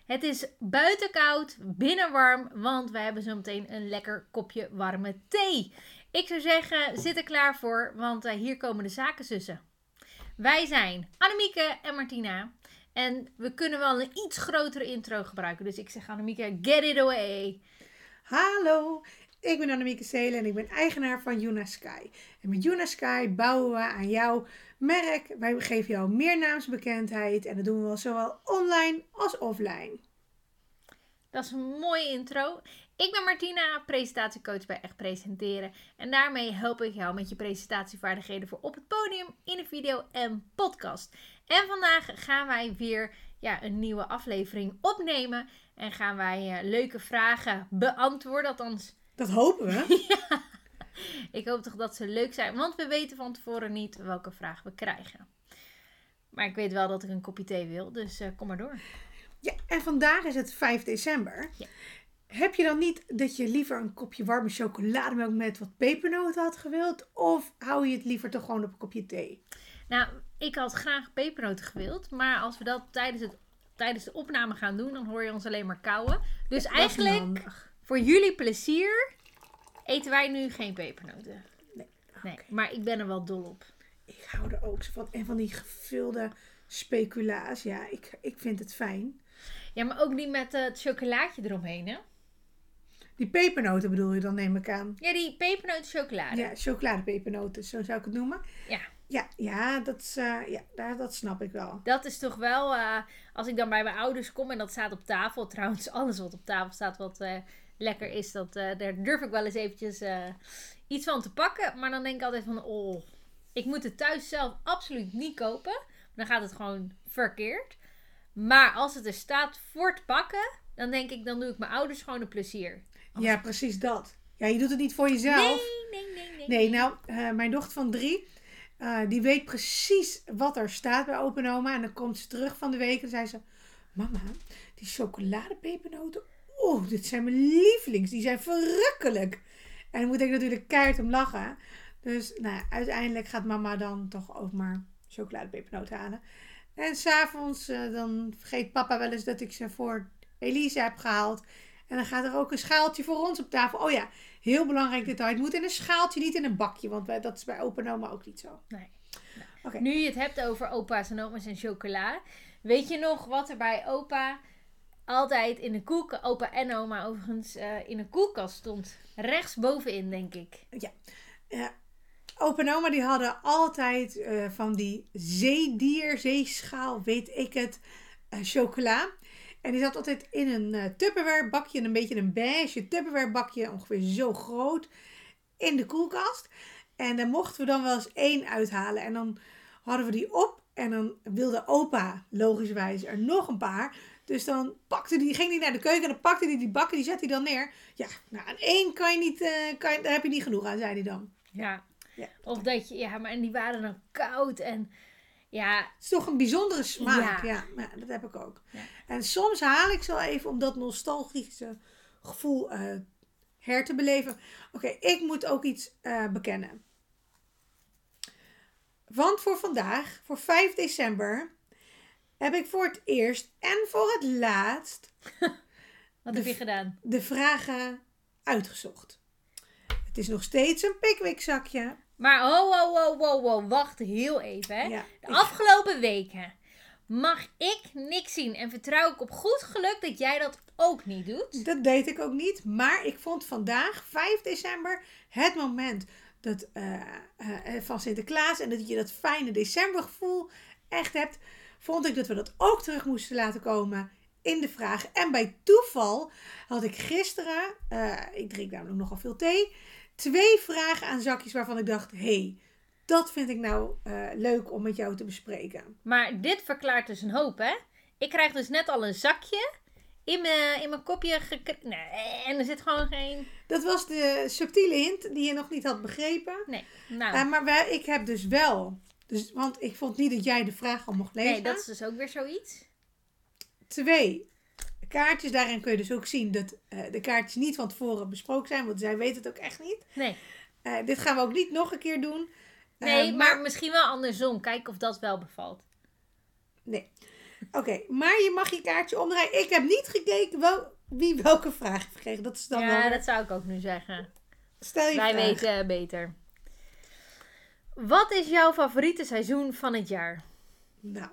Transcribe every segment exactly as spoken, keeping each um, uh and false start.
Het is buiten koud, binnen warm, want we hebben zo meteen een lekker kopje warme thee. Ik zou zeggen, zit er klaar voor, want uh, hier komen de zakenzussen. Wij zijn Annemieke en Martina. En we kunnen wel een iets grotere intro gebruiken. Dus ik zeg Annemieke, get it away. Hallo, ik ben Annemieke Seelen en ik ben eigenaar van Yuna Sky. En met Yuna Sky bouwen we aan jouw merk. Wij geven jou meer naamsbekendheid en dat doen we zowel online als offline. Dat is een mooie intro. Ik ben Martina, presentatiecoach bij Echt Presenteren. En daarmee help ik jou met je presentatievaardigheden voor op het podium, in een video en podcast. En vandaag gaan wij weer ja, een nieuwe aflevering opnemen. En gaan wij uh, leuke vragen beantwoorden. Althans, dat hopen we. Ja, ik hoop toch dat ze leuk zijn. Want we weten van tevoren niet welke vraag we krijgen. Maar ik weet wel dat ik een kopje thee wil. Dus uh, kom maar door. Ja, en vandaag is het vijf december. Ja. Heb je dan niet dat je liever een kopje warme chocolademelk met wat pepernoten had gewild? Of hou je het liever toch gewoon op een kopje thee? Nou, ik had graag pepernoten gewild. Maar als we dat tijdens, het, tijdens de opname gaan doen, dan hoor je ons alleen maar kauwen. Dus ja, eigenlijk, voor jullie plezier, eten wij nu geen pepernoten. Nee. Nee, okay. Maar ik ben er wel dol op. Ik hou er ook zo van. En van die gevulde speculaas. Ja, ik, ik vind het fijn. Ja, maar ook niet met uh, het chocolaatje eromheen, hè? Die pepernoten bedoel je dan, neem ik aan? Ja, die pepernoten chocolade. Ja, chocoladepepernoten, zo zou ik het noemen. Ja. Ja, ja, dat, is, uh, ja dat, dat snap ik wel. Dat is toch wel, uh, als ik dan bij mijn ouders kom en dat staat op tafel. Trouwens, alles wat op tafel staat wat uh, lekker is, dat, uh, daar durf ik wel eens eventjes uh, iets van te pakken. Maar dan denk ik altijd van, oh, ik moet het thuis zelf absoluut niet kopen. Dan gaat het gewoon verkeerd. Maar als het er staat voor te pakken, dan denk ik, dan doe ik mijn ouders gewoon een plezier. Als... Ja, precies dat. Ja, je doet het niet voor jezelf. Nee, nee, nee, nee. Nee, nou, uh, mijn dochter van drie, uh, die weet precies wat er staat bij opa en oma. En dan komt ze terug van de week en zei ze, mama, die chocoladepepernoten, oeh, dit zijn mijn lievelings. Die zijn verrukkelijk. En dan moet ik natuurlijk keihard om lachen. Dus, nou ja, uiteindelijk gaat mama dan toch ook maar chocoladepepernoten halen. En s'avonds, uh, dan vergeet papa wel eens dat ik ze voor Elise heb gehaald. En dan gaat er ook een schaaltje voor ons op tafel. Oh ja, heel belangrijk detail. Het moet in een schaaltje, niet in een bakje. Want wij, dat is bij opa en oma ook niet zo. Nee. Nou, okay. Nu je het hebt over opa's en oma's en chocola. Weet je nog wat er bij opa altijd in de koelkast... Opa en oma overigens uh, in een koelkast stond. Rechts bovenin, denk ik. Ja, ja. Opa en oma die hadden altijd uh, van die zeedier, zeeschaal, weet ik het, uh, chocola. En die zat altijd in een uh, Tupperware bakje, een beetje een beige Tupperware bakje, ongeveer zo groot, in de koelkast. En daar mochten we dan wel eens één uithalen. En dan hadden we die op en dan wilde opa logischwijs er nog een paar. Dus dan pakte die, ging hij naar de keuken en dan pakte hij die bakken, die zette hij dan neer. Ja, nou aan één kan je niet, uh, kan je, daar heb je niet genoeg aan, zei hij dan. Ja. Ja, of dat je, ja, maar en die waren dan koud en ja. Het is toch een bijzondere smaak, ja, ja, ja dat heb ik ook. Ja. En soms haal ik zo even om dat nostalgische gevoel uh, her te beleven. Oké, okay, ik moet ook iets uh, bekennen. Want voor vandaag, voor vijf december, heb ik voor het eerst en voor het laatst Wat heb je gedaan? De vragen uitgezocht. Het is nog steeds een Pickwick zakje. Maar ho, ho, ho, ho, ho, wacht heel even. Hè. Ja, de afgelopen weken mag ik niks zien. En vertrouw ik op goed geluk dat jij dat ook niet doet. Dat deed ik ook niet. Maar ik vond vandaag, vijf december, het moment dat, uh, uh, van Sinterklaas. En dat je dat fijne decembergevoel echt hebt. Vond ik dat we dat ook terug moesten laten komen in de vraag. En bij toeval had ik gisteren, uh, ik drink namelijk nogal veel thee, twee vragen aan zakjes waarvan ik dacht, hé, hey, dat vind ik nou uh, leuk om met jou te bespreken. Maar dit verklaart dus een hoop, hè? Ik krijg dus net al een zakje in mijn, in mijn kopje gekre- nee, en er zit gewoon geen... Dat was de subtiele hint die je nog niet had begrepen. Nee, nou. Uh, maar wij, ik heb dus wel, dus, want ik vond niet dat jij de vraag al mocht lezen. Nee, dat is dus ook weer zoiets. Twee kaartjes, daarin kun je dus ook zien dat uh, de kaartjes niet van tevoren besproken zijn, want zij weten het ook echt niet. Nee. Uh, dit gaan we ook niet nog een keer doen. Nee, uh, maar, maar misschien wel andersom. Kijken of dat wel bevalt. Nee. Oké, okay, maar je mag je kaartje omdraaien. Ik heb niet gekeken wel, wie welke vraag heeft gekregen. Dat is dan ja, wel weer... dat zou ik ook nu zeggen. Stel je Wij vraag. weten beter. Wat is jouw favoriete seizoen van het jaar? Nou.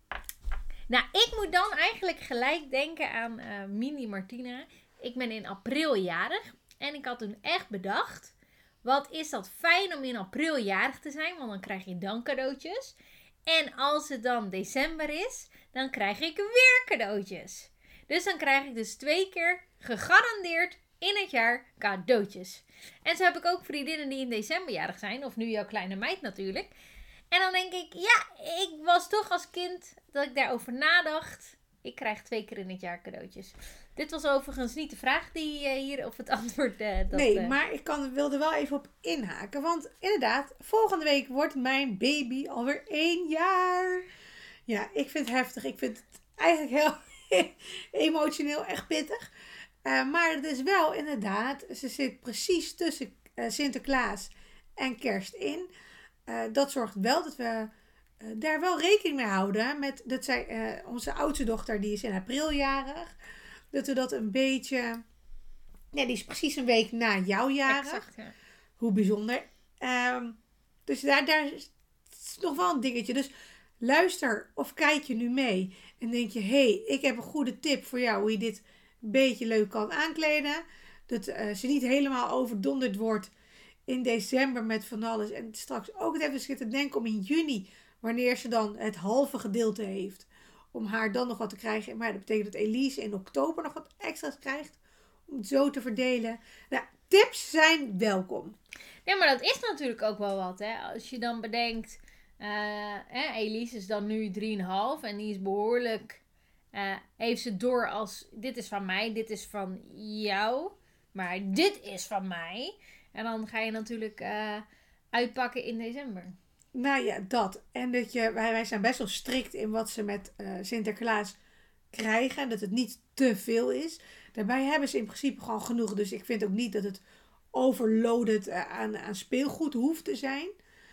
Nou, ik moet dan eigenlijk gelijk denken aan uh, Mini Martina. Ik ben in april jarig. En ik had toen echt bedacht... Wat is dat fijn om in april jarig te zijn. Want dan krijg je dan cadeautjes. En als het dan december is... Dan krijg ik weer cadeautjes. Dus dan krijg ik dus twee keer gegarandeerd in het jaar cadeautjes. En zo heb ik ook vriendinnen die in december jarig zijn. Of nu jouw kleine meid natuurlijk. En dan denk ik, ja, ik was toch als kind dat ik daarover nadacht. Ik krijg twee keer in het jaar cadeautjes. Dit was overigens niet de vraag die uh, hier, of het antwoord... Uh, dat, nee, uh... maar ik kan, wilde wel even op inhaken. Want inderdaad, volgende week wordt mijn baby alweer één jaar. Ja, ik vind het heftig. Ik vind het eigenlijk heel emotioneel echt pittig. Uh, maar het is wel inderdaad, ze zit precies tussen uh, Sinterklaas en Kerst in. Uh, dat zorgt wel dat we uh, daar wel rekening mee houden. Met, dat zij, uh, onze oudste dochter, die is in april jarig. Dat we dat een beetje... Ja, die is precies een week na jouw jarig. Exact, ja. Hoe bijzonder. Um, dus daar, daar is nog wel een dingetje. Dus luister of kijk je nu mee. En denk je, hé, hey, ik heb een goede tip voor jou. Hoe je dit een beetje leuk kan aankleden. Dat uh, ze niet helemaal overdonderd wordt in december met van alles. En straks ook het even zitten denken om in juni, wanneer ze dan het halve gedeelte heeft, om haar dan nog wat te krijgen. Maar dat betekent dat Elise in oktober nog wat extra's krijgt. Om het zo te verdelen. Nou, tips zijn welkom. Ja, maar dat is natuurlijk ook wel wat. Hè? Als je dan bedenkt, uh, eh, Elise is dan nu drie komma vijf en die is behoorlijk, uh, heeft ze door als, dit is van mij, dit is van jou, maar dit is van mij. En dan ga je natuurlijk uh, uitpakken in december. Nou ja, dat. En dat je, wij, wij zijn best wel strikt in wat ze met uh, Sinterklaas krijgen. Dat het niet te veel is. Daarbij hebben ze in principe gewoon genoeg. Dus ik vind ook niet dat het overloaded uh, aan, aan speelgoed hoeft te zijn.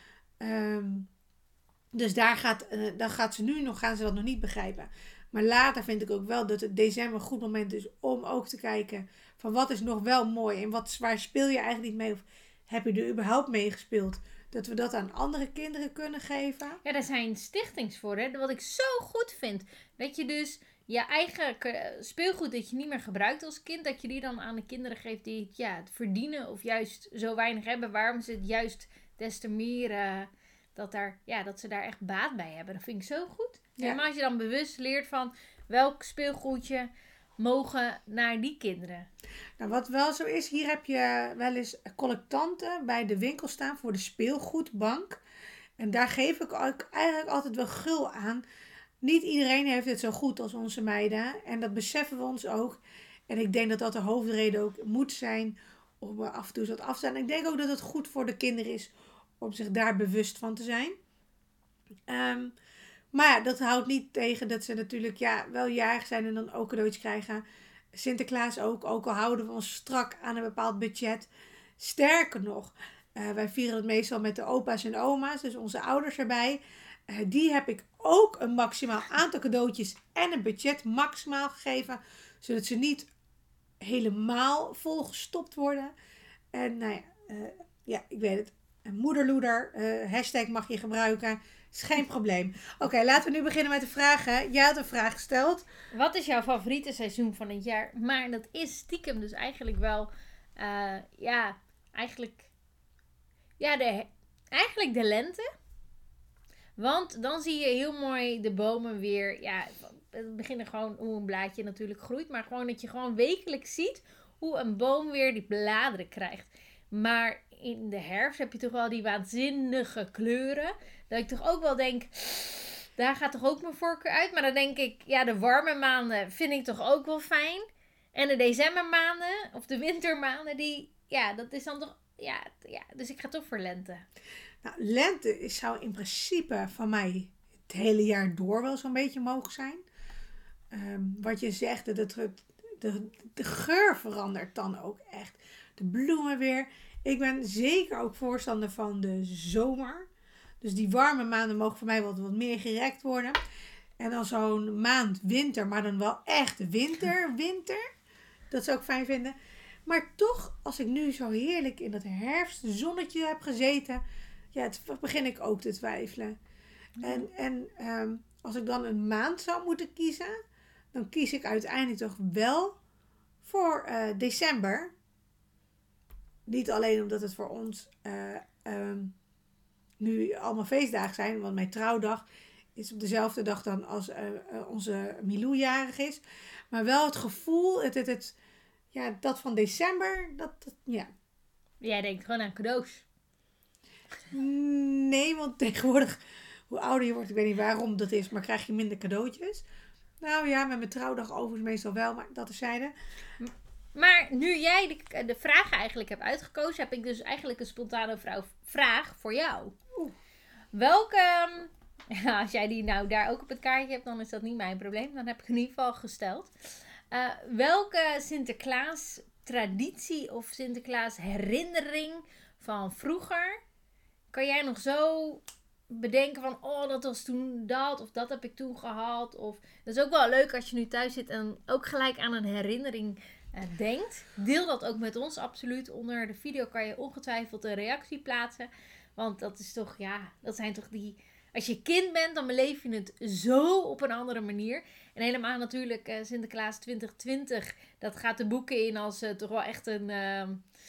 Um, dus daar gaat, uh, dan gaat ze nu nog, gaan ze dat nog niet begrijpen. Maar later vind ik ook wel dat het december een goed moment is om ook te kijken van wat is nog wel mooi en wat, waar speel je eigenlijk niet mee of heb je er überhaupt mee gespeeld. Dat we dat aan andere kinderen kunnen geven. Ja, daar zijn stichtings voor, hè. Wat ik zo goed vind. Dat je dus je eigen speelgoed dat je niet meer gebruikt als kind, dat je die dan aan de kinderen geeft die het, ja, het verdienen of juist zo weinig hebben. Waarom ze het juist des te meer, uh, dat, daar, ja, dat ze daar echt baat bij hebben. Dat vind ik zo goed. Ja. En als je dan bewust leert van welk speelgoedje mogen naar die kinderen. Nou, wat wel zo is, hier heb je wel eens collectanten bij de winkel staan voor de speelgoedbank. En daar geef ik ook eigenlijk altijd wel gul aan. Niet iedereen heeft het zo goed als onze meiden. En dat beseffen we ons ook. En ik denk dat dat de hoofdreden ook moet zijn om af en toe wat af te staan. Ik denk ook dat het goed voor de kinderen is om zich daar bewust van te zijn. Um, maar ja, dat houdt niet tegen dat ze natuurlijk ja, wel jarig zijn en dan ook cadeautjes krijgen. Sinterklaas ook, ook al houden we ons strak aan een bepaald budget. Sterker nog, uh, wij vieren het meestal met de opa's en oma's, dus onze ouders erbij. Uh, die heb ik ook een maximaal aantal cadeautjes en een budget maximaal gegeven. Zodat ze niet helemaal volgestopt worden. En nou ja, uh, ja ik weet het. Moederloeder, uh, hashtag mag je gebruiken. Is geen probleem. Oké, okay, laten we nu beginnen met de vragen. Jij had een vraag gesteld. Wat is jouw favoriete seizoen van het jaar? Maar dat is stiekem dus eigenlijk wel... Uh, ja, eigenlijk... Ja, de, eigenlijk de lente. Want dan zie je heel mooi de bomen weer... Ja, het begint gewoon hoe een blaadje natuurlijk groeit. Maar gewoon dat je gewoon wekelijks ziet hoe een boom weer die bladeren krijgt. Maar in de herfst heb je toch wel die waanzinnige kleuren. Dat ik toch ook wel denk, daar gaat toch ook mijn voorkeur uit. Maar dan denk ik, ja, de warme maanden vind ik toch ook wel fijn. En de decembermaanden of de wintermaanden, die, ja, dat is dan toch, ja, ja. Dus ik ga toch voor lente. Nou, lente zou in principe van mij het hele jaar door wel zo'n beetje mogen zijn. Um, wat je zegt, dat het, de, de geur verandert dan ook echt. De bloemen weer. Ik ben zeker ook voorstander van de zomer. Dus die warme maanden mogen voor mij wat, wat meer gerekt worden. En dan zo'n maand winter, maar dan wel echt winter, winter. Dat zou ik fijn vinden. Maar toch, als ik nu zo heerlijk in dat herfstzonnetje heb gezeten, ja, het begin ik ook te twijfelen. Ja. En, en um, als ik dan een maand zou moeten kiezen, dan kies ik uiteindelijk toch wel voor uh, december. Niet alleen omdat het voor ons uh, um, nu allemaal feestdagen zijn, want mijn trouwdag is op dezelfde dag dan als uh, uh, onze Milou jarig is. Maar wel het gevoel, het, het, het, ja, dat van december, dat, dat ja. Jij denkt gewoon aan cadeaus. Nee, want tegenwoordig, hoe ouder je wordt, ik weet niet waarom dat is, maar krijg je minder cadeautjes. Nou ja, met mijn trouwdag overigens meestal wel, maar dat terzijde. Maar nu jij de, de vragen eigenlijk hebt uitgekozen, heb ik dus eigenlijk een spontane vrouw, vraag voor jou. Oeh. Welke, ja, als jij die nou daar ook op het kaartje hebt, dan is dat niet mijn probleem. Dan heb ik in ieder geval gesteld. Uh, welke Sinterklaas traditie of Sinterklaas herinnering van vroeger kan jij nog zo bedenken van, oh, dat was toen dat, of dat heb ik toen gehad. Of, dat is ook wel leuk als je nu thuis zit en ook gelijk aan een herinnering uh, denkt. Deel dat ook met ons, absoluut. Onder de video kan je ongetwijfeld een reactie plaatsen. Want dat is toch, ja, dat zijn toch die... Als je kind bent, dan beleef je het zo op een andere manier. En helemaal natuurlijk uh, Sinterklaas twintig twintig. Dat gaat de boeken in als uh, toch wel echt een... Uh,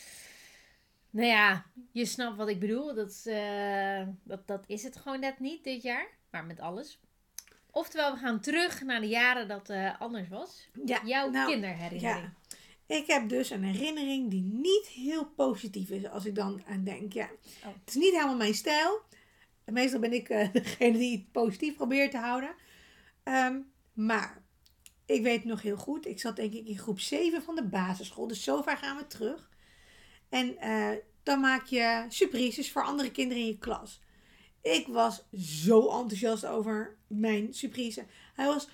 nou ja, je snapt wat ik bedoel. Dat, is, uh, dat, dat is het gewoon net niet dit jaar. Maar met alles. Oftewel, we gaan terug naar de jaren dat het uh, anders was. Ja, Jouw nou, kinderherinnering. Ja. Ik heb dus een herinnering die niet heel positief is als ik dan aan denk. Ja. Oh. Het is niet helemaal mijn stijl. Meestal ben ik uh, degene die het positief probeert te houden. Um, maar ik weet nog heel goed. Ik zat denk ik in groep zeven van de basisschool. Dus zover gaan we terug. En uh, dan maak je surprises voor andere kinderen in je klas. Ik was zo enthousiast over mijn surprise. Hij was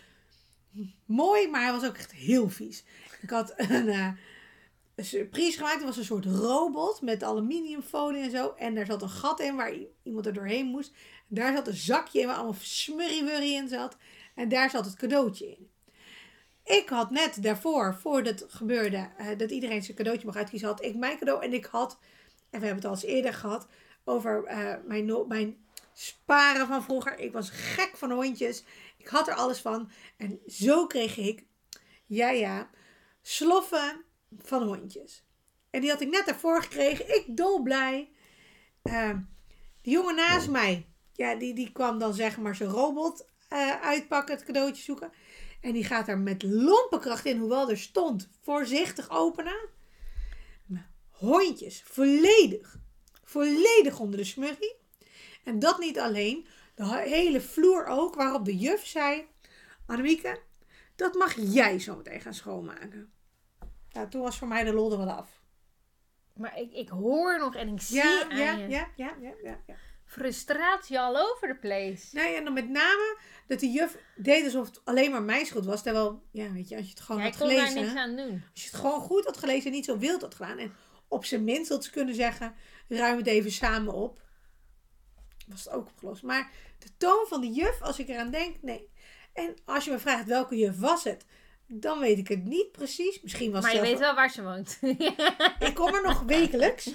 mooi, maar hij was ook echt heel vies. Ik had een... Uh, een surprise gemaakt. Het was een soort robot met aluminiumfolie en zo. En daar zat een gat in waar iemand er doorheen moest. En daar zat een zakje in waar allemaal smurriewurrie in zat. En daar zat het cadeautje in. Ik had net daarvoor, voordat het gebeurde, uh, dat iedereen zijn cadeautje mag uitkiezen, had ik mijn cadeau. En ik had, en we hebben het al eens eerder gehad, over uh, mijn, no- mijn sparen van vroeger. Ik was gek van hondjes. Ik had er alles van. En zo kreeg ik, ja ja, sloffen van hondjes. En die had ik net daarvoor gekregen. Ik dolblij. Uh, die jongen naast mij. Ja, die, die kwam dan zeg maar zijn robot uh, uitpakken. Het cadeautje zoeken. En die gaat er met lompenkracht in. Hoewel er stond. Voorzichtig openen. Maar hondjes. Volledig. Volledig onder de smurrie. En dat niet alleen. De hele vloer ook. Waarop de juf zei. Annemieke. Dat mag jij zo meteen gaan schoonmaken. Nou, toen was voor mij de lol er wat af. Maar ik, ik hoor nog en ik zie ja, aan ja, je ja, ja, ja, ja, ja. frustratie all over the place. Nee, en dan met name dat de juf deed alsof het alleen maar mijn schuld was. Terwijl, ja, weet je, als je het gewoon Jij had kon gelezen. daar niks aan doen. Als je het gewoon goed had gelezen en niet zo wild had gedaan. En op zijn minst had ze kunnen zeggen, ruim het even samen op. Was het ook opgelost. Maar de toon van de juf, als ik eraan denk, nee. En als je me vraagt welke juf was het, dan weet ik het niet precies. Misschien was maar je zelf... weet wel waar ze woont. Ik kom er nog wekelijks.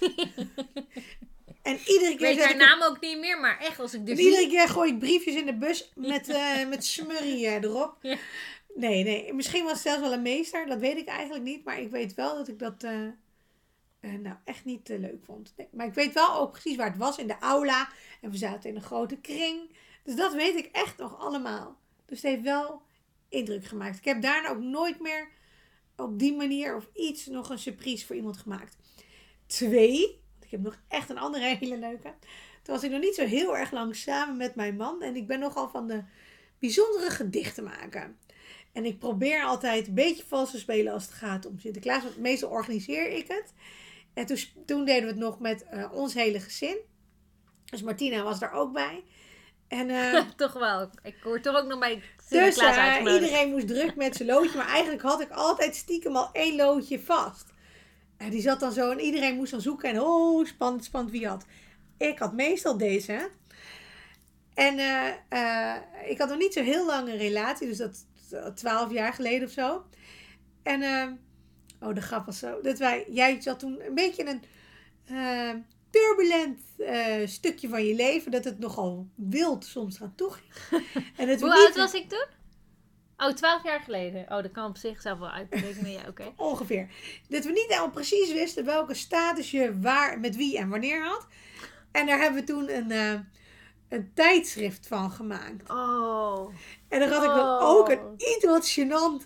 En iedere keer ik weet haar ik naam ook niet meer, maar echt als ik dus en iedere keer gooi ik briefjes in de bus met, uh, met smurrie uh, erop. Ja. Nee, nee. Misschien was het zelfs wel een meester. Dat weet ik eigenlijk niet. Maar ik weet wel dat ik dat uh, uh, nou echt niet uh, leuk vond. Nee. Maar ik weet wel ook precies waar het was. In de aula. En we zaten in een grote kring. Dus dat weet ik echt nog allemaal. Dus het heeft wel indruk gemaakt. Ik heb daarna ook nooit meer op die manier of iets nog een surprise voor iemand gemaakt. Twee. Ik heb nog echt een andere hele leuke. Toen was ik nog niet zo heel erg lang samen met mijn man. En ik ben nogal van de bijzondere gedichten maken. En ik probeer altijd een beetje vals te spelen als het gaat om Sinterklaas. Want meestal organiseer ik het. En toen, toen deden we het nog met uh, ons hele gezin. Dus Martina was er ook bij. En, uh, toch wel. Ik hoor toch ook nog bij dus Sinterklaas uh, iedereen moest druk met zijn loodje. Maar eigenlijk had ik altijd stiekem al één loodje vast. En die zat dan zo en iedereen moest dan zoeken. En oh, spannend, spannend wie had. Ik had meestal deze. En uh, uh, ik had nog niet zo heel lang een relatie. Dus dat twaalf jaar geleden of zo. En, uh, oh de grap was zo. Dat wij, jij zat toen een beetje in een uh, turbulent uh, stukje van je leven. Dat het nogal wild soms aan toe ging. En het Hoe niet oud was ik toen? Oh, twaalf jaar geleden. Oh, dat kan op zichzelf wel uitrekenen. Ja, oké. Okay. Ongeveer. Dat we niet helemaal precies wisten welke status je waar, met wie en wanneer had. En daar hebben we toen een, uh, een tijdschrift van gemaakt. Oh. En daar had ik dan ook een iets wat gênant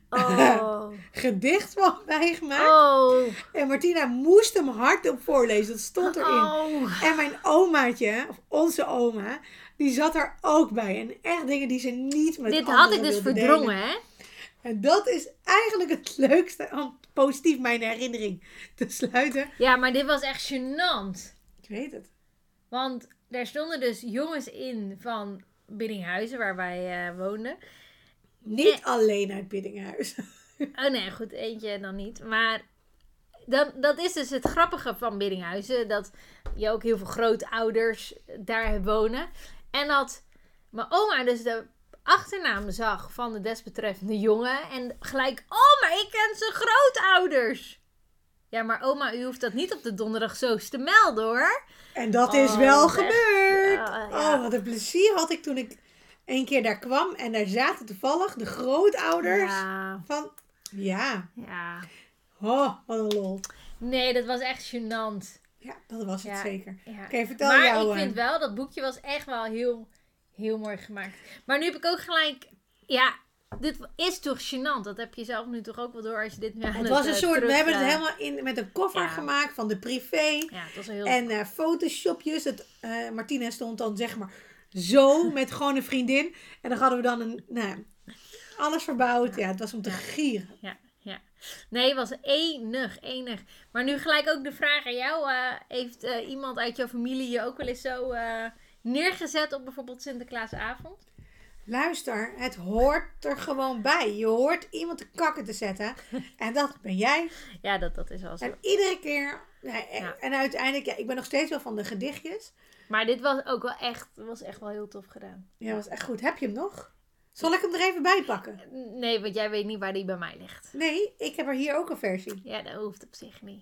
oh. gedicht van bijgemaakt. Oh. En Martina moest hem hardop voorlezen. Dat stond erin. Oh. En mijn omaatje, of onze oma, die zat er ook bij. En echt dingen die ze niet met Dit anderen had ik dus verdrongen, delen. hè? En dat is eigenlijk het leukste om positief mijn herinnering te sluiten. Ja, maar dit was echt gênant. Ik weet het. Want daar stonden dus jongens in van Biddinghuizen, waar wij uh, woonden. Niet en... alleen uit Biddinghuizen. Oh nee, goed, eentje dan niet. Maar dan, dat is dus het grappige van Biddinghuizen. Dat je ook heel veel grootouders daar wonen. En dat mijn oma dus de achternaam zag van de desbetreffende jongen. En gelijk, oh, maar ik ken zijn grootouders. Ja, maar oma, u hoeft dat niet op de donderdag zo's te melden, hoor. En dat oh, is wel echt, gebeurd. Ja, ja. Oh, wat een plezier had ik toen ik een keer daar kwam. En daar zaten toevallig de grootouders ja. van... Ja. Ja. Oh, wat een lol. Nee, dat was echt gênant. Ja, dat was het ja, zeker. Ja. Oké, okay, vertel maar jou. Maar ik vind wel, dat boekje was echt wel heel, heel mooi gemaakt. Maar nu heb ik ook gelijk... Ja, dit is toch gênant? Dat heb je zelf nu toch ook wel door als je dit nu aan het het was een uh, soort, terug, we hebben uh, het helemaal in, met een koffer ja. gemaakt van de privé. Ja, het was heel... En uh, photoshopjes. Het, uh, Martina stond dan zeg maar zo met gewoon een vriendin. En dan hadden we dan een, nou, alles verbouwd. Ja, ja het was om te ja. gieren. Ja, ja. Nee, het was enig, enig. Maar nu gelijk ook de vraag aan jou. Uh, heeft uh, iemand uit jouw familie je ook wel eens zo uh, neergezet op bijvoorbeeld Sinterklaasavond? Luister, het hoort er gewoon bij. Je hoort iemand de kakken te zetten. En dat ben jij. Ja, dat, dat is wel zo. En iedere keer... Nee, en, ja. en uiteindelijk, ja, ik ben nog steeds wel van de gedichtjes. Maar dit was ook wel echt, was echt wel heel tof gedaan. Ja, was echt goed. Heb je hem nog? Zal ik hem er even bij pakken? Nee, want jij weet niet waar die bij mij ligt. Nee, ik heb er hier ook een versie. Ja, dat hoeft op zich niet.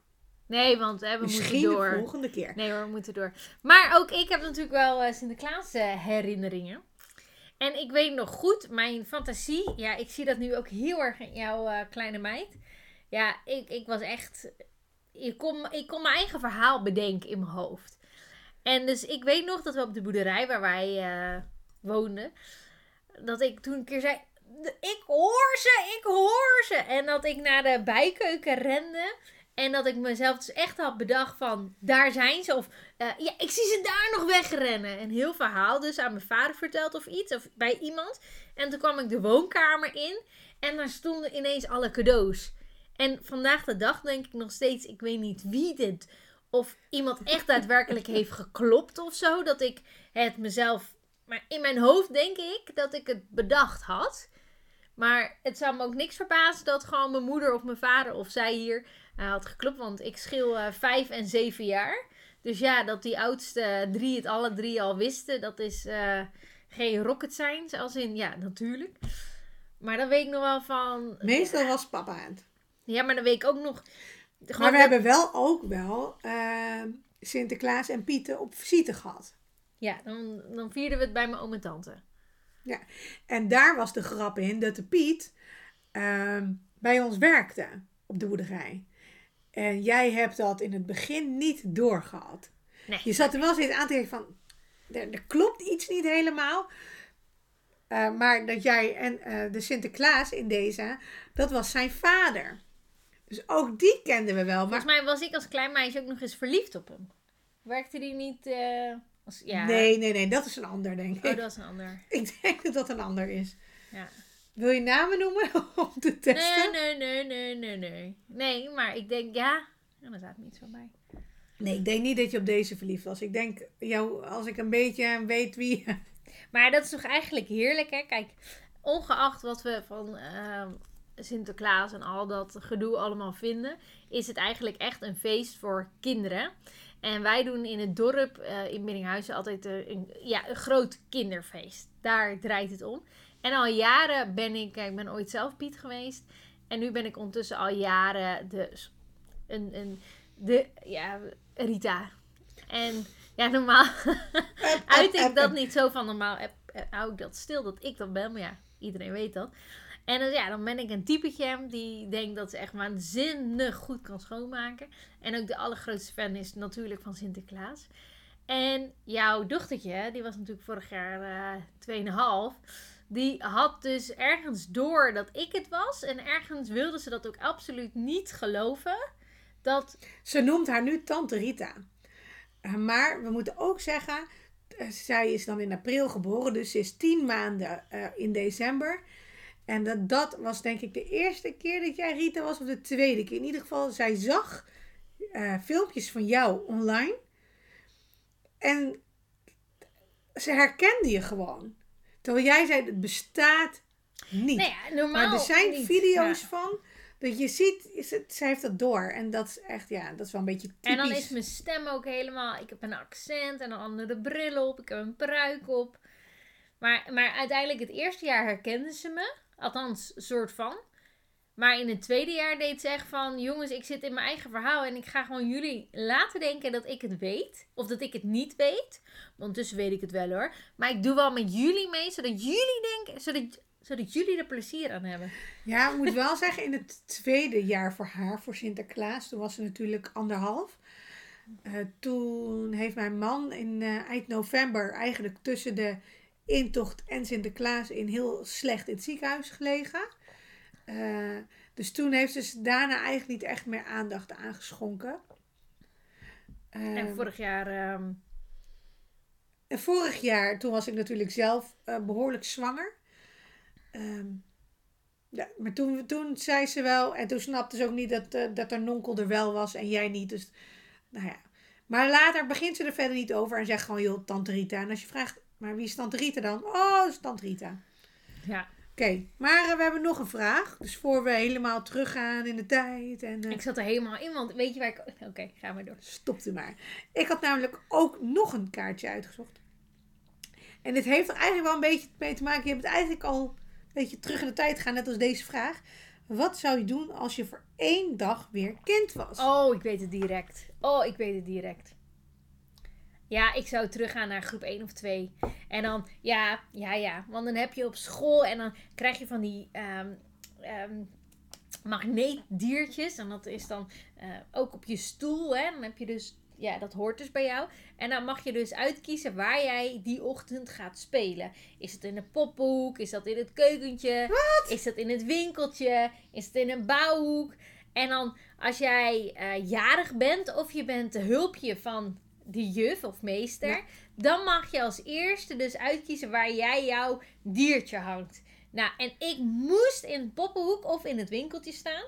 Nee, want hè, we Misschien moeten door. de volgende keer. Nee hoor, we moeten door. Maar ook ik heb natuurlijk wel uh, Sinterklaas uh, herinneringen. En ik weet nog goed, mijn fantasie. Ja, ik zie dat nu ook heel erg in jouw uh, kleine meid. Ja, ik, ik was echt... Ik kon, ik kon mijn eigen verhaal bedenken in mijn hoofd. En dus ik weet nog dat we op de boerderij waar wij uh, woonden... Dat ik toen een keer zei... Ik hoor ze, ik hoor ze. En dat ik naar de bijkeuken rende... En dat ik mezelf dus echt had bedacht van, daar zijn ze. Of, uh, ja, ik zie ze daar nog wegrennen. Een heel verhaal dus aan mijn vader verteld of iets. Of bij iemand. En toen kwam ik de woonkamer in. En daar stonden ineens alle cadeaus. En vandaag de dag denk ik nog steeds, ik weet niet wie dit. Of iemand echt daadwerkelijk heeft geklopt of zo. Dat ik het mezelf... Maar in mijn hoofd denk ik dat ik het bedacht had. Maar het zou me ook niks verbazen dat gewoon mijn moeder of mijn vader of zij hier... Hij had geklopt, want ik scheel uh, vijf en zeven jaar. Dus ja, dat die oudste drie het alle drie al wisten, dat is uh, geen rocket science. Als in, ja, natuurlijk. Maar dan weet ik nog wel van... Meestal ja, was papa aan het. Ja, maar dan weet ik ook nog... Maar we dat... hebben wel ook wel uh, Sinterklaas en Pieten op visite gehad. Ja, dan, dan vierden we het bij mijn oom en tante. Ja, en daar was de grap in dat de Piet uh, bij ons werkte op de boerderij. En jij hebt dat in het begin niet doorgehad. Nee. Je zat er wel eens aan te denken van... Er, er klopt iets niet helemaal. Uh, maar dat jij en uh, de Sinterklaas in deze... Dat was zijn vader. Dus ook die kenden we wel. Maar... Volgens mij was ik als klein meisje ook nog eens verliefd op hem. Werkte die niet... Uh, als, ja. Nee, nee, nee. Dat is een ander, denk ik. Oh, dat is een ander. Ik denk dat dat een ander is. Ja. Wil je namen noemen om te testen? Nee, nee, nee, nee, nee, nee. Nee, maar ik denk, ja... Ja, daar staat niet zo bij. Nee, ik denk niet dat je op deze verliefd was. Ik denk, jou, als ik een beetje weet wie... Maar dat is toch eigenlijk heerlijk, hè? Kijk, ongeacht wat we van uh, Sinterklaas en al dat gedoe allemaal vinden... is het eigenlijk echt een feest voor kinderen. En wij doen in het dorp uh, in Biddinghuizen altijd uh, een, ja, een groot kinderfeest. Daar draait het om. En al jaren ben ik, ik ben ooit zelf Piet geweest. En nu ben ik ondertussen al jaren de, een, een, de, ja, Rita. En ja, normaal uit ik dat niet zo van normaal. Hou ik dat stil dat ik dat ben. Maar ja, iedereen weet dat. En dus, ja, dan ben ik een typetje die denkt dat ze echt waanzinnig goed kan schoonmaken. En ook de allergrootste fan is natuurlijk van Sinterklaas. En jouw dochtertje, die was natuurlijk vorig jaar uh, twee en een half. Die had dus ergens door dat ik het was. En ergens wilde ze dat ook absoluut niet geloven. Dat... Ze noemt haar nu Tante Rita. Uh, maar we moeten ook zeggen, uh, zij is dan in april geboren. Dus ze is tien maanden uh, in december. En dat, dat was denk ik de eerste keer dat jij Rita was. Of de tweede keer. In ieder geval, zij zag uh, filmpjes van jou online. En ze herkende je gewoon. Terwijl jij zei, het bestaat niet. Nou ja, normaal maar er zijn niet. video's ja. van, dat je ziet, is het, zij heeft dat door. En dat is echt, ja, dat is wel een beetje typisch. En dan is mijn stem ook helemaal, ik heb een accent en een andere bril op. Ik heb een pruik op. Maar, maar uiteindelijk het eerste jaar herkende ze me. Althans, soort van. Maar in het tweede jaar deed ze echt van... Jongens, ik zit in mijn eigen verhaal. En ik ga gewoon jullie laten denken dat ik het weet. Of dat ik het niet weet. Want ondertussen weet ik het wel hoor. Maar ik doe wel met jullie mee. Zodat jullie denken... Zodat, zodat jullie er plezier aan hebben. Ja, ik moet wel zeggen. In het tweede jaar voor haar. Voor Sinterklaas. Toen was ze natuurlijk anderhalf. Uh, toen heeft mijn man in uh, eind november... Eigenlijk tussen de intocht en Sinterklaas... in heel slecht in het ziekenhuis gelegen... Uh, dus toen heeft ze daarna eigenlijk niet echt meer aandacht aangeschonken. Uh, en vorig jaar... Um... En vorig jaar, toen was ik natuurlijk zelf uh, behoorlijk zwanger. Um, ja, maar toen, toen zei ze wel... En toen snapte ze ook niet dat, uh, dat haar nonkel er wel was en jij niet. Dus, nou ja. Maar later begint ze er verder niet over en zegt gewoon... joh, Tante Rita. En als je vraagt, maar wie is Tante Rita dan? Oh, dat is Tante Rita. Ja. Oké, okay, maar uh, we hebben nog een vraag. Dus voor we helemaal teruggaan in de tijd. En, uh, ik zat er helemaal in, want weet je waar ik... Oké, okay, ga maar door. Stopt u maar. Ik had namelijk ook nog een kaartje uitgezocht. En dit heeft er eigenlijk wel een beetje mee te maken. Je hebt eigenlijk al een beetje terug in de tijd gegaan, net als deze vraag. Wat zou je doen als je voor één dag weer kind was? Oh, ik weet het direct. Oh, ik weet het direct. Ja, ik zou teruggaan naar groep één of twee. En dan, ja, ja, ja. Want dan heb je op school en dan krijg je van die um, um, magneetdiertjes. En dat is dan uh, ook op je stoel. Hè. Dan heb je dus, ja, dat hoort dus bij jou. En dan mag je dus uitkiezen waar jij die ochtend gaat spelen. Is het in de poppenhoek? Is dat in het keukentje? Wat? Is dat in het winkeltje? Is het in een bouwhoek? En dan, als jij uh, jarig bent of je bent de hulpje van... die juf of meester, ja. Dan mag je als eerste dus uitkiezen waar jij jouw diertje hangt. Nou, en ik moest in het poppenhoek of in het winkeltje staan.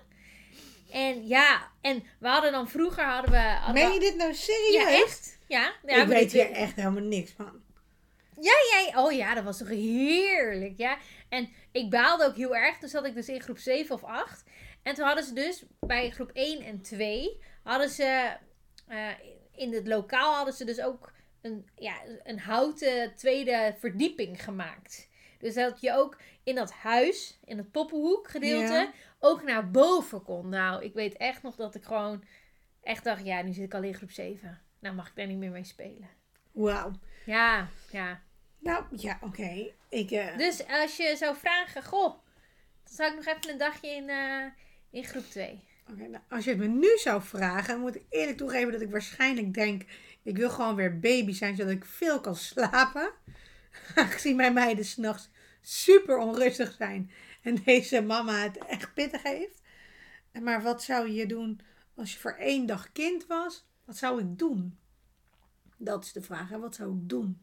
En ja, en we hadden dan vroeger hadden we... Hadden Meen we, je dit nou serieus? Ja, echt? Ja. ja ik weet hier echt helemaal niks van. Ja, jij... Oh ja, dat was toch heerlijk, ja. En ik baalde ook heel erg. Toen zat ik dus in groep zeven of acht. En toen hadden ze dus bij groep één en twee... hadden ze... Uh, in het lokaal hadden ze dus ook een, ja, een houten tweede verdieping gemaakt. Dus dat je ook in dat huis, in het poppenhoek gedeelte, ja. ook naar boven kon. Nou, ik weet echt nog dat ik gewoon echt dacht, ja, nu zit ik al in groep zeven. Nou mag ik daar niet meer mee spelen. Wauw. Ja, ja. Nou, ja, oké. Okay. Ik. Uh... Dus als je zou vragen, goh, dan zou ik nog even een dagje in, uh, in groep twee. Oké, okay, nou, als je het me nu zou vragen, moet ik eerlijk toegeven dat ik waarschijnlijk denk, ik wil gewoon weer baby zijn, zodat ik veel kan slapen. Aangezien mijn meiden 's nachts super onrustig zijn en deze mama het echt pittig heeft. Maar wat zou je doen als je voor één dag kind was? Wat zou ik doen? Dat is de vraag. Hè? Wat zou ik doen?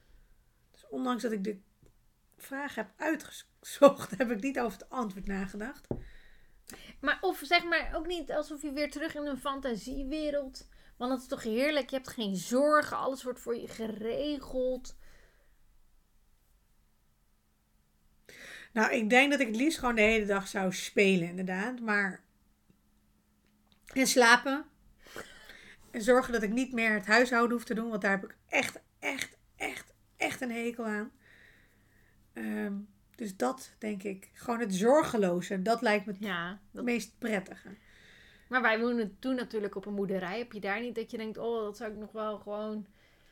Dus ondanks dat ik de vraag heb uitgezocht, heb ik niet over het antwoord nagedacht. Maar of zeg maar ook niet alsof je weer terug in een fantasiewereld. Want het is toch heerlijk. Je hebt geen zorgen. Alles wordt voor je geregeld. Nou, ik denk dat ik het liefst gewoon de hele dag zou spelen inderdaad. Maar... En slapen. En zorgen dat ik niet meer het huishouden hoef te doen. Want daar heb ik echt, echt, echt, echt een hekel aan. Um, dus dat denk ik. Gewoon het zorgeloze. Dat lijkt me het Ja, dat... meest prettige. Maar wij woonden toen natuurlijk op een boerderij. Heb je daar niet dat je denkt, oh, dat zou ik nog wel gewoon...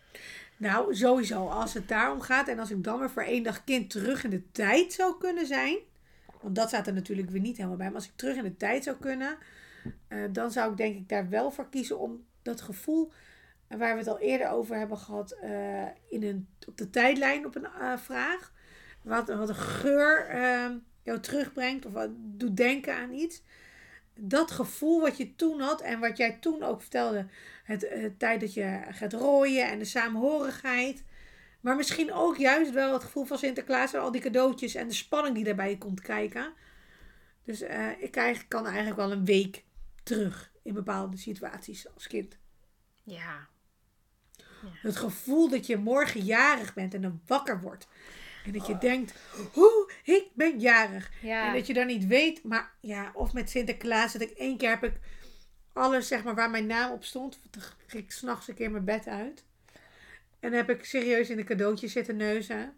Nou, sowieso. Als het daarom gaat en als ik dan weer voor één dag kind terug in de tijd zou kunnen zijn. Want dat staat er natuurlijk weer niet helemaal bij. Maar als ik terug in de tijd zou kunnen, uh, dan zou ik denk ik daar wel voor kiezen om dat gevoel, uh, waar we het al eerder over hebben gehad, uh, in een, op de tijdlijn op een uh, vraag. Wat, wat een geur uh, jou terugbrengt of wat doet denken aan iets. Dat gevoel wat je toen had en wat jij toen ook vertelde. Het, het tijd dat je gaat rooien en de samenhorigheid. Maar misschien ook juist wel het gevoel van Sinterklaas en al die cadeautjes en de spanning die daarbij komt kijken. Dus uh, ik krijg, kan eigenlijk wel een week terug in bepaalde situaties als kind. Ja. ja. Het gevoel dat je morgen jarig bent en dan wakker wordt. En dat je oh. denkt, hoe, ik ben jarig. Ja. En dat je dan niet weet, maar ja, of met Sinterklaas. Dat ik één keer heb ik alles, zeg maar, waar mijn naam op stond. Dan ging ik 's nachts een keer mijn bed uit. En dan heb ik serieus in de cadeautjes zitten neuzen.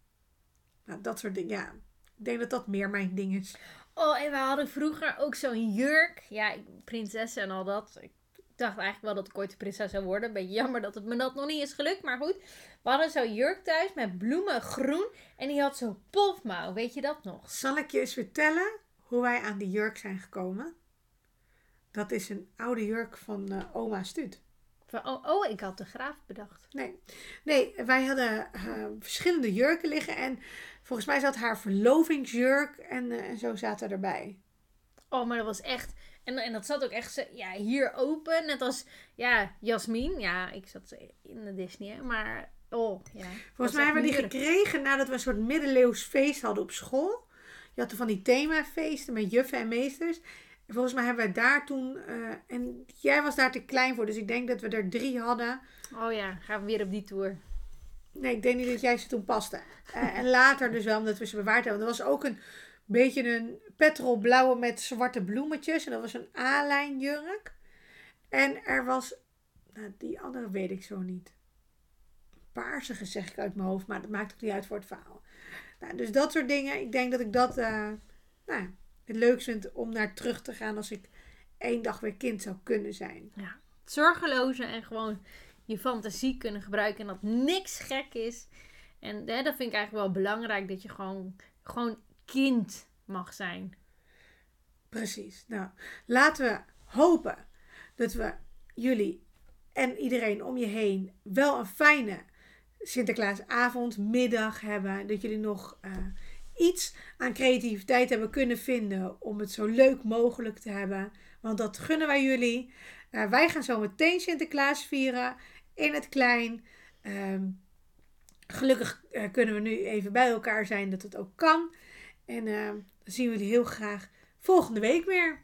Nou, dat soort dingen, ja. Ik denk dat dat meer mijn ding is. Oh, en we hadden vroeger ook zo'n jurk. Ja, prinsessen en al dat. Ik dacht eigenlijk wel dat ik ooit de prinses zou worden. Een beetje jammer dat het me dat nog niet is gelukt, maar goed. We hadden zo'n jurk thuis met bloemen groen. En die had zo'n pofmouw. Weet je dat nog? Zal ik je eens vertellen hoe wij aan die jurk zijn gekomen? Dat is een oude jurk van uh, oma Stuut. Oh, oh, ik had de Graaf bedacht. Nee, nee wij hadden uh, verschillende jurken liggen. En volgens mij zat haar verlovingsjurk en, uh, en zo zaten erbij. Oh, maar dat was echt... En, en dat zat ook echt ja, hier open. Net als ja, Jasmin. Ja, ik zat in de Disney. Hè, maar oh, ja. Volgens mij hebben we die gekregen nadat we een soort middeleeuws feest hadden op school. Je had er van die themafeesten met juffen en meesters. En volgens mij hebben we daar toen... Uh, en jij was daar te klein voor. Dus ik denk dat we er drie hadden. Oh ja, gaan we weer op die tour. Nee, ik denk niet dat jij ze toen paste. Uh, en later dus wel, omdat we ze bewaard hebben. Er was ook een beetje een petrolblauwe met zwarte bloemetjes. En dat was een A-lijn jurk. En er was... Nou, die andere weet ik zo niet. Paarsige zeg ik uit mijn hoofd. Maar dat maakt ook niet uit voor het verhaal. Nou, dus dat soort dingen. Ik denk dat ik dat... Uh, nou, het leukst vind om naar terug te gaan als ik één dag weer kind zou kunnen zijn. Ja, zorgeloze en gewoon je fantasie kunnen gebruiken en dat niks gek is. En hè, dat vind ik eigenlijk wel belangrijk, dat je gewoon, gewoon kind mag zijn. Precies. Nou, laten we hopen dat we jullie en iedereen om je heen wel een fijne Sinterklaasavond, middag hebben. Dat jullie nog... Uh, iets aan creativiteit hebben kunnen vinden om het zo leuk mogelijk te hebben. Want dat gunnen wij jullie. Uh, wij gaan zo meteen Sinterklaas vieren in het klein. Um, gelukkig uh, kunnen we nu even bij elkaar zijn dat het ook kan. En uh, dan zien we jullie heel graag volgende week weer.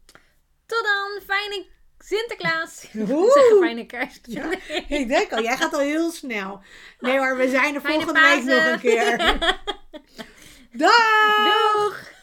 Tot dan, fijne Sinterklaas. Ik zeg een fijne kerst. Ja, nee. Ik denk al, jij gaat al heel snel. Nee, maar we zijn er fijne volgende Pasen. Week nog een keer. Dag! Doeg!